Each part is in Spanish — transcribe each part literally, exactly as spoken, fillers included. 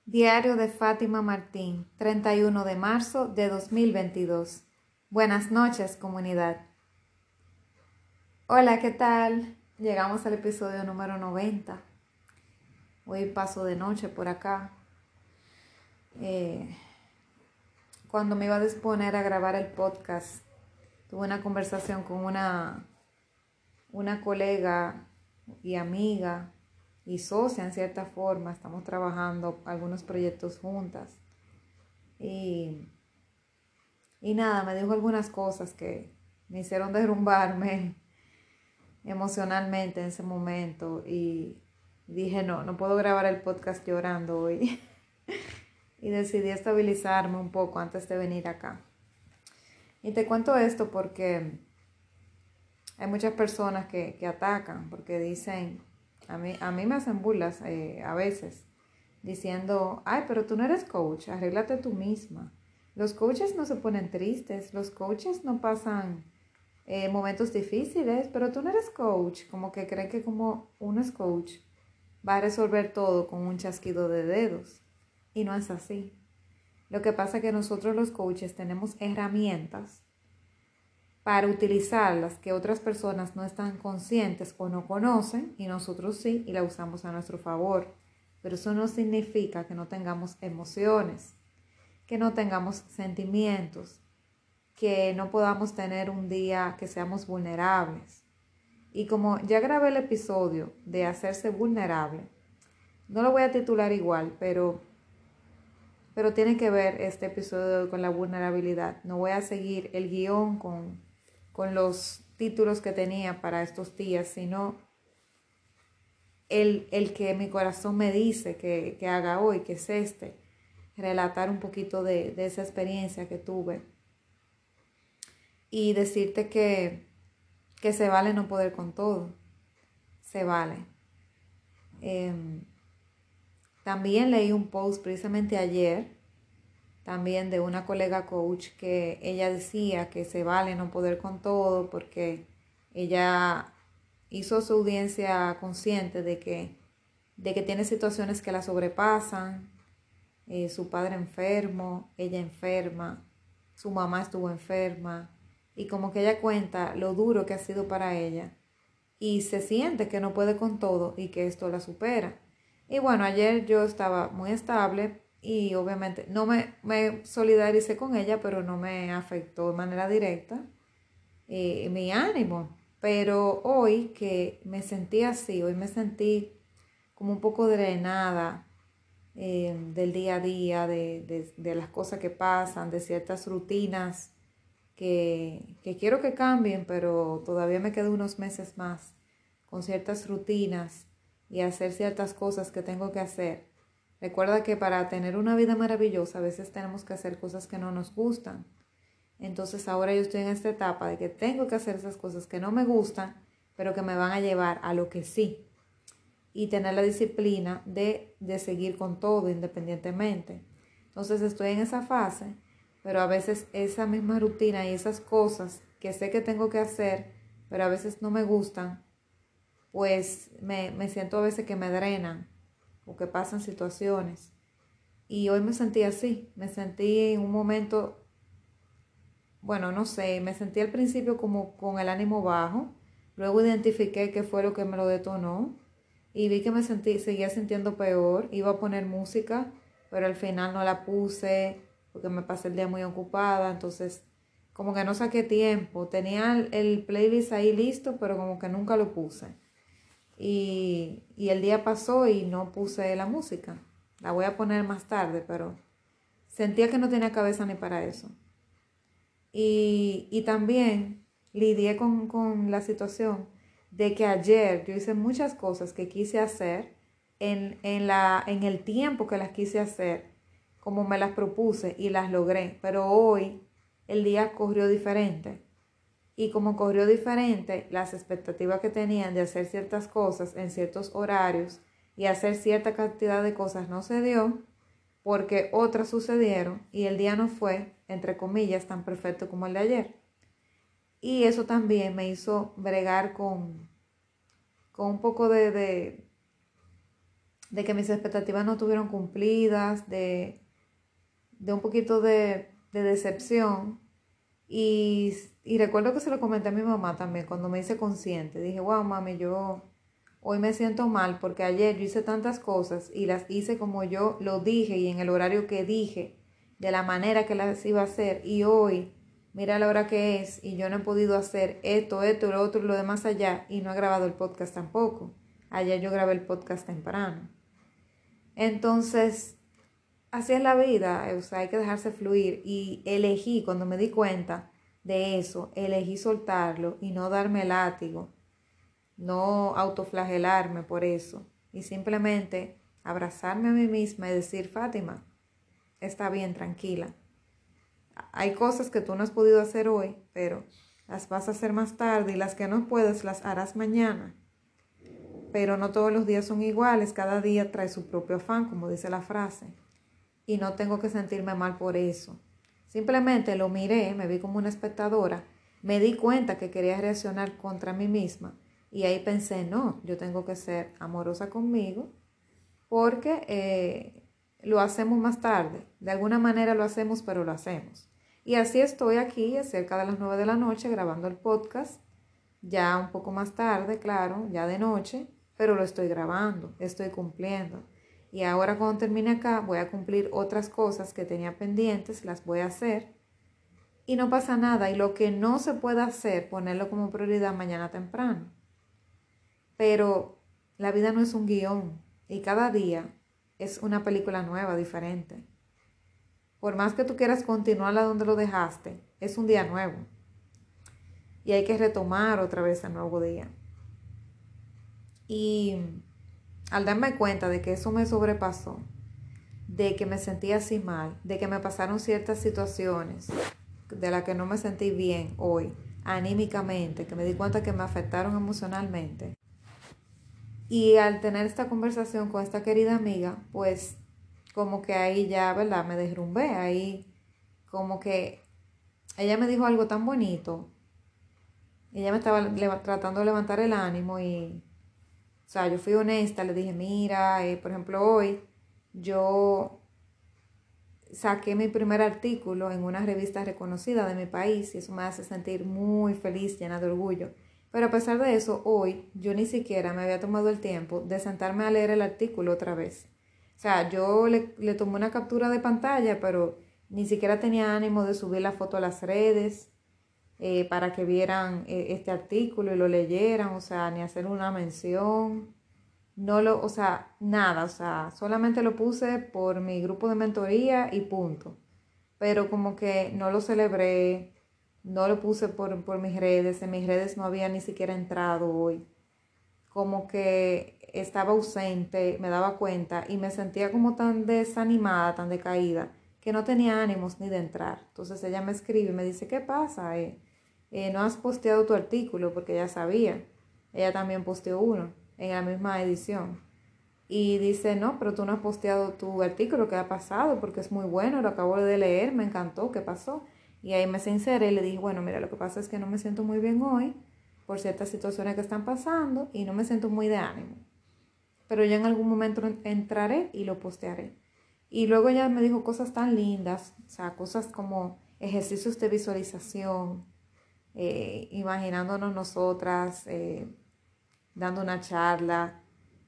Diario de Fátima Martín, treinta y uno de marzo de dos mil veintidós. Buenas noches, comunidad. Hola, ¿qué tal? Llegamos al episodio número noventa. Hoy paso de noche por acá. Eh, cuando me iba a disponer a grabar el podcast, tuve una conversación con una, una colega y amiga y socia en cierta forma. Estamos trabajando algunos proyectos juntas. Y, y nada, me dijo algunas cosas que me hicieron derrumbarme emocionalmente en ese momento. Y dije, no, no puedo grabar el podcast llorando hoy. Y decidí estabilizarme un poco antes de venir acá. Y te cuento esto porque hay muchas personas que, que atacan, porque dicen, a mí, a mí me hacen burlas eh, a veces, diciendo, ay, pero tú no eres coach, arréglate tú misma. Los coaches no se ponen tristes, los coaches no pasan eh, momentos difíciles, pero tú no eres coach, como que creen que como uno es coach, va a resolver todo con un chasquido de dedos. Y no es así. Lo que pasa es que nosotros los coaches tenemos herramientas para utilizarlas que otras personas no están conscientes o no conocen y nosotros sí y la usamos a nuestro favor. Pero eso no significa que no tengamos emociones, que no tengamos sentimientos, que no podamos tener un día que seamos vulnerables. Y como ya grabé el episodio de hacerse vulnerable, no lo voy a titular igual, pero, pero tiene que ver este episodio con la vulnerabilidad. No voy a seguir el guión con, con los títulos que tenía para estos días, sino el, el que mi corazón me dice que, que haga hoy, que es este, relatar un poquito de, de esa experiencia que tuve y decirte que, que se vale no poder con todo, se vale. Eh, también leí un post precisamente ayer, también de una colega coach, que ella decía que se vale no poder con todo porque ella hizo su audiencia consciente de que, de que tiene situaciones que la sobrepasan, eh, su padre enfermo, ella enferma, su mamá estuvo enferma, y como que ella cuenta lo duro que ha sido para ella y se siente que no puede con todo y que esto la supera. Y bueno, ayer yo estaba muy estable y obviamente no me, me solidaricé con ella, pero no me afectó de manera directa eh, mi ánimo. Pero hoy que me sentí así, hoy me sentí como un poco drenada eh, del día a día, de, de, de las cosas que pasan, de ciertas rutinas que, que quiero que cambien, pero todavía me quedo unos meses más con ciertas rutinas y hacer ciertas cosas que tengo que hacer. Recuerda que para tener una vida maravillosa a veces tenemos que hacer cosas que no nos gustan. Entonces ahora yo estoy en esta etapa de que tengo que hacer esas cosas que no me gustan, pero que me van a llevar a lo que sí. Y tener la disciplina de, de seguir con todo independientemente. Entonces estoy en esa fase, pero a veces esa misma rutina y esas cosas que sé que tengo que hacer, pero a veces no me gustan, pues me, me siento a veces que me drenan o que pasan situaciones. Y hoy me sentí así, me sentí en un momento, bueno, no sé, me sentí al principio como con el ánimo bajo, luego identifiqué qué fue lo que me lo detonó y vi que me sentí, seguía sintiendo peor, iba a poner música, pero al final no la puse porque me pasé el día muy ocupada, entonces como que no saqué tiempo, tenía el, el playlist ahí listo, pero como que nunca lo puse. Y, y el día pasó y no puse la música, la voy a poner más tarde, pero sentía que no tenía cabeza ni para eso. Y, y también lidié con, con la situación de que ayer yo hice muchas cosas que quise hacer en, en, la, en el tiempo que las quise hacer, como me las propuse y las logré. Pero hoy el día corrió diferente. Y como corrió diferente, las expectativas que tenían de hacer ciertas cosas en ciertos horarios y hacer cierta cantidad de cosas no se dio, porque otras sucedieron y el día no fue, entre comillas, tan perfecto como el de ayer. Y eso también me hizo bregar con, con un poco de, de, de que mis expectativas no estuvieron cumplidas, de, de un poquito de, de decepción. Y, y recuerdo que se lo comenté a mi mamá también cuando me hice consciente. Dije, wow, mami, yo hoy me siento mal porque ayer yo hice tantas cosas y las hice como yo lo dije y en el horario que dije, de la manera que las iba a hacer. Y hoy, mira la hora que es y yo no he podido hacer esto, esto, lo otro, lo demás allá y no he grabado el podcast tampoco. Ayer yo grabé el podcast temprano. Entonces, así es la vida, o sea, hay que dejarse fluir y elegí, cuando me di cuenta de eso, elegí soltarlo y no darme látigo, no autoflagelarme por eso y simplemente abrazarme a mí misma y decir, Fátima, está bien, tranquila. Hay cosas que tú no has podido hacer hoy, pero las vas a hacer más tarde y las que no puedes las harás mañana. Pero no todos los días son iguales, cada día trae su propio afán, como dice la frase. Y no tengo que sentirme mal por eso. Simplemente lo miré, me vi como una espectadora, me di cuenta que quería reaccionar contra mí misma y ahí pensé, no, yo tengo que ser amorosa conmigo porque eh, lo hacemos más tarde. De alguna manera lo hacemos, pero lo hacemos. Y así estoy aquí, cerca de las nueve de la noche, grabando el podcast, ya un poco más tarde, claro, ya de noche, pero lo estoy grabando, estoy cumpliendo. Y ahora cuando termine acá voy a cumplir otras cosas que tenía pendientes, las voy a hacer y no pasa nada. Y lo que no se puede hacer, ponerlo como prioridad mañana temprano. Pero la vida no es un guión y cada día es una película nueva, diferente. Por más que tú quieras continuarla donde lo dejaste, es un día nuevo. Y hay que retomar otra vez el nuevo día. Y al darme cuenta de que eso me sobrepasó, de que me sentía así mal, de que me pasaron ciertas situaciones de las que no me sentí bien hoy, anímicamente, que me di cuenta que me afectaron emocionalmente. Y al tener esta conversación con esta querida amiga, pues como que ahí ya, ¿verdad? Me derrumbé, ahí como que ella me dijo algo tan bonito, ella me estaba leva- tratando de levantar el ánimo y, o sea, yo fui honesta, le dije, mira, eh, por ejemplo, hoy yo saqué mi primer artículo en una revista reconocida de mi país y eso me hace sentir muy feliz, llena de orgullo. Pero a pesar de eso, hoy yo ni siquiera me había tomado el tiempo de sentarme a leer el artículo otra vez. O sea, yo le, le tomé una captura de pantalla, pero ni siquiera tenía ánimo de subir la foto a las redes eh, para que vieran eh, este artículo y lo leyeran, o sea, ni hacer una mención. No lo, o sea, nada, o sea, solamente lo puse por mi grupo de mentoría y punto. Pero como que no lo celebré, no lo puse por, por mis redes, en mis redes no había ni siquiera entrado hoy. Como que estaba ausente, me daba cuenta y me sentía como tan desanimada, tan decaída, que no tenía ánimos ni de entrar. Entonces ella me escribe y me dice, ¿qué pasa? Eh, eh, no has posteado tu artículo porque ella sabía. Ella también posteó uno en la misma edición. Y dice, no, pero tú no has posteado tu artículo, ¿qué ha pasado? Porque es muy bueno, lo acabo de leer, me encantó, ¿qué pasó? Y ahí me sinceré y le dije, bueno, mira, lo que pasa es que no me siento muy bien hoy por ciertas situaciones que están pasando y no me siento muy de ánimo. Pero ya en algún momento entraré y lo postearé. Y luego ella me dijo cosas tan lindas, o sea, cosas como ejercicios de visualización, eh, imaginándonos nosotras, eh, dando una charla,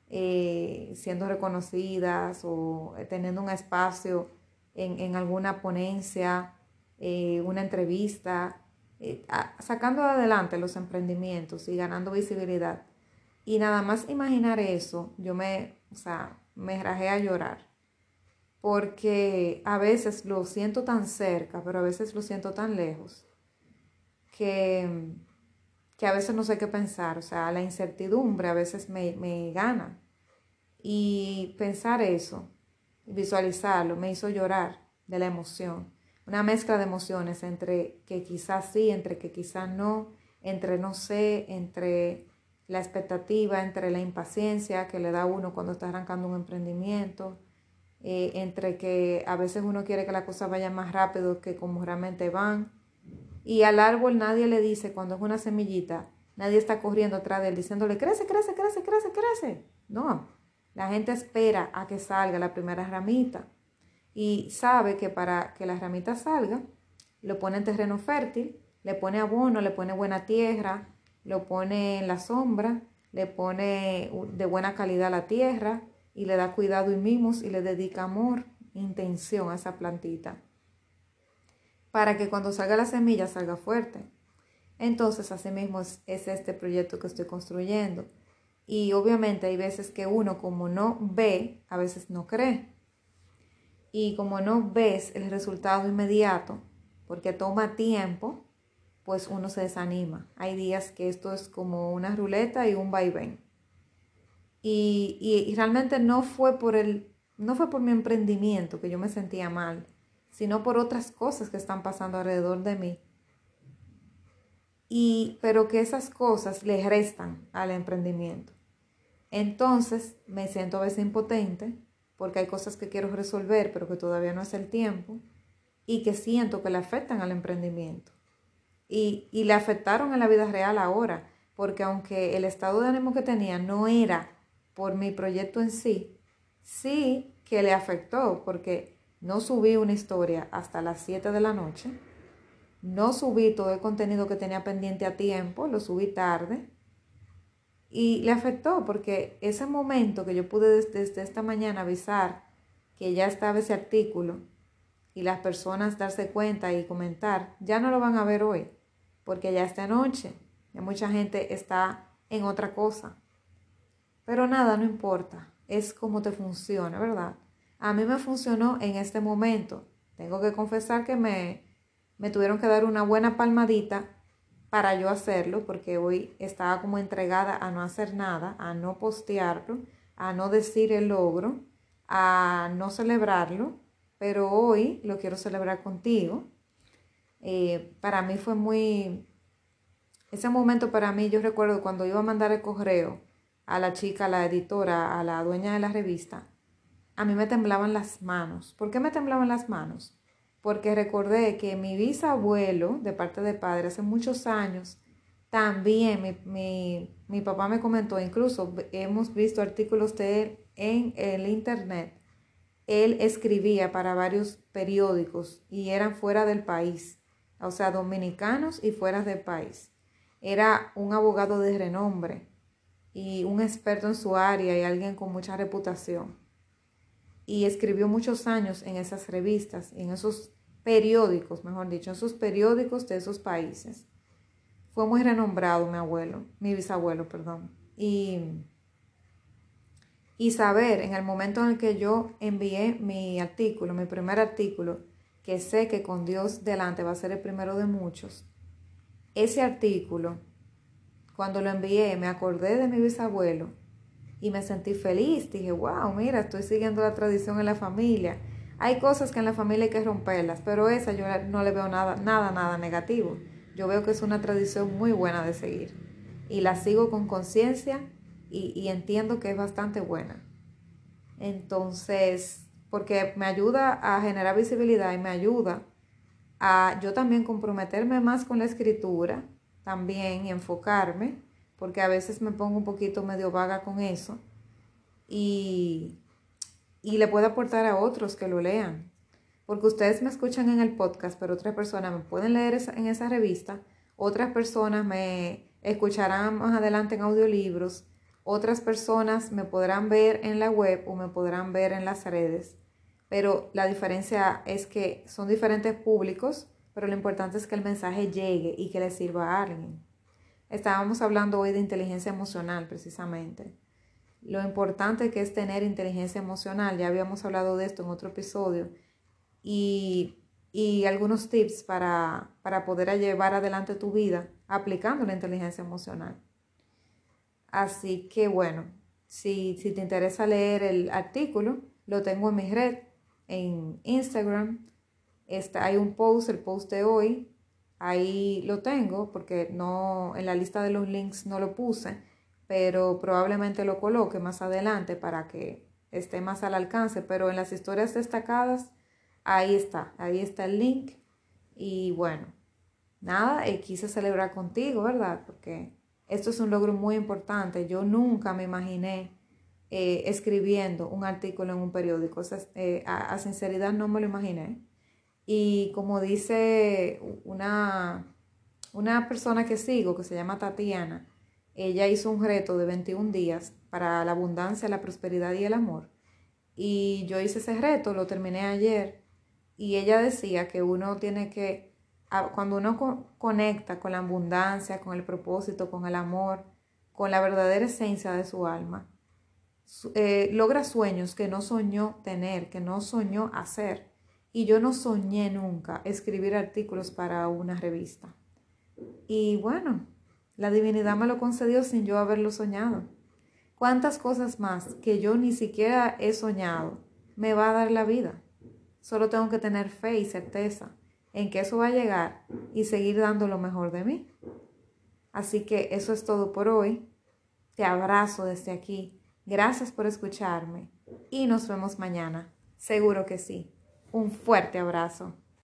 eh, siendo reconocidas o teniendo un espacio en, en alguna ponencia, eh, una entrevista, eh, a, sacando adelante los emprendimientos y ganando visibilidad. Y nada más imaginar eso, yo me, o sea, me rajé a llorar. Porque a veces lo siento tan cerca, pero a veces lo siento tan lejos, que, que a veces no sé qué pensar. O sea, la incertidumbre a veces me, me gana. Y pensar eso, visualizarlo, me hizo llorar de la emoción. Una mezcla de emociones entre que quizás sí, entre que quizás no, entre no sé, entre la expectativa, entre la impaciencia que le da a uno cuando está arrancando un emprendimiento, eh, entre que a veces uno quiere que las cosas vayan más rápido que como realmente van. Y al árbol nadie le dice, cuando es una semillita, nadie está corriendo atrás de él diciéndole, crece, crece, crece, crece, crece. No, La gente espera a que salga la primera ramita y sabe que para que la ramita salga, lo pone en terreno fértil, le pone abono, le pone buena tierra, lo pone en la sombra, le pone de buena calidad la tierra y le da cuidado y mimos y le dedica amor, intención a esa plantita, para que cuando salga la semilla salga fuerte. Entonces, así mismo es, es este proyecto que estoy construyendo. Y obviamente hay veces que uno, como no ve, a veces no cree. Y como no ves el resultado inmediato, porque toma tiempo, pues uno se desanima. Hay días que esto es como una ruleta y un vaivén. Y, y, y realmente no fue por el, no fue por mi emprendimiento que yo me sentía mal, sino por otras cosas que están pasando alrededor de mí. Y, pero que esas cosas le restan al emprendimiento. Entonces me siento a veces impotente porque hay cosas que quiero resolver pero que todavía no es el tiempo y que siento que le afectan al emprendimiento. Y, y le afectaron en la vida real ahora, porque aunque el estado de ánimo que tenía no era por mi proyecto en sí, sí que le afectó porque no subí una historia hasta las siete de la noche. No subí todo el contenido que tenía pendiente a tiempo, lo subí tarde y le afectó porque ese momento que yo pude desde, desde esta mañana avisar que ya estaba ese artículo y las personas darse cuenta y comentar, ya no lo van a ver hoy porque ya esta noche, ya mucha gente está en otra cosa. Pero nada, no importa, es como te funciona, ¿verdad? A mí me funcionó en este momento. Tengo que confesar que me... Me tuvieron que dar una buena palmadita para yo hacerlo, porque hoy estaba como entregada a no hacer nada, a no postearlo, a no decir el logro, a no celebrarlo, pero hoy lo quiero celebrar contigo. Eh, para mí fue muy... Ese momento para mí, yo recuerdo cuando iba a mandar el correo a la chica, a la editora, a la dueña de la revista, a mí me temblaban las manos. ¿Por qué me temblaban las manos? Porque recordé que mi bisabuelo, de parte de padre, hace muchos años, también mi, mi, mi papá me comentó, incluso hemos visto artículos de él en el internet. Él escribía para varios periódicos y eran fuera del país, o sea, dominicanos y fuera del país. Era un abogado de renombre y un experto en su área y alguien con mucha reputación. Y escribió muchos años en esas revistas, en esos periódicos, mejor dicho, en esos periódicos de esos países. Fue muy renombrado mi abuelo, mi bisabuelo, perdón. Y, y saber en el momento en el que yo envié mi artículo, mi primer artículo, que sé que con Dios delante va a ser el primero de muchos, ese artículo, cuando lo envié, me acordé de mi bisabuelo y me sentí feliz. Dije, wow, mira, estoy siguiendo la tradición en la familia. Hay cosas que en la familia hay que romperlas, pero esa yo no le veo nada, nada, nada negativo. Yo veo que es una tradición muy buena de seguir. Y la sigo con conciencia y, y entiendo que es bastante buena. Entonces, porque me ayuda a generar visibilidad y me ayuda a yo también comprometerme más con la escritura, también y enfocarme, porque a veces me pongo un poquito medio vaga con eso y, y le puedo aportar a otros que lo lean, porque ustedes me escuchan en el podcast, pero otras personas me pueden leer esa, en esa revista, otras personas me escucharán más adelante en audiolibros, otras personas me podrán ver en la web o me podrán ver en las redes, pero la diferencia es que son diferentes públicos, pero lo importante es que el mensaje llegue y que le sirva a alguien. Estábamos hablando hoy de inteligencia emocional precisamente. Lo importante que es tener inteligencia emocional, ya habíamos hablado de esto en otro episodio, y, y algunos tips para, para poder llevar adelante tu vida aplicando la inteligencia emocional. Así que bueno, si, si te interesa leer el artículo, lo tengo en mi red, en Instagram. Está, hay un post, el post de hoy, ahí lo tengo porque no, en la lista de los links no lo puse, pero probablemente lo coloque más adelante para que esté más al alcance, pero en las historias destacadas, ahí está, ahí está el link. Y bueno, nada, eh, quise celebrar contigo, ¿verdad? Porque esto es un logro muy importante. Yo nunca me imaginé eh, escribiendo un artículo en un periódico. O sea, eh, a, a sinceridad no me lo imaginé. Y como dice una, una persona que sigo, que se llama Tatiana, ella hizo un reto de veintiún días para la abundancia, la prosperidad y el amor. Y yo hice ese reto, lo terminé ayer. Y ella decía que uno tiene que, cuando uno co- conecta con la abundancia, con el propósito, con el amor, con la verdadera esencia de su alma, eh, logra sueños que no soñó tener, que no soñó hacer. Y yo no soñé nunca escribir artículos para una revista. Y bueno, la divinidad me lo concedió sin yo haberlo soñado. ¿Cuántas cosas más que yo ni siquiera he soñado me va a dar la vida? Solo tengo que tener fe y certeza en que eso va a llegar y seguir dando lo mejor de mí. Así que eso es todo por hoy. Te abrazo desde aquí. Gracias por escucharme y nos vemos mañana. Seguro que sí. Un fuerte abrazo.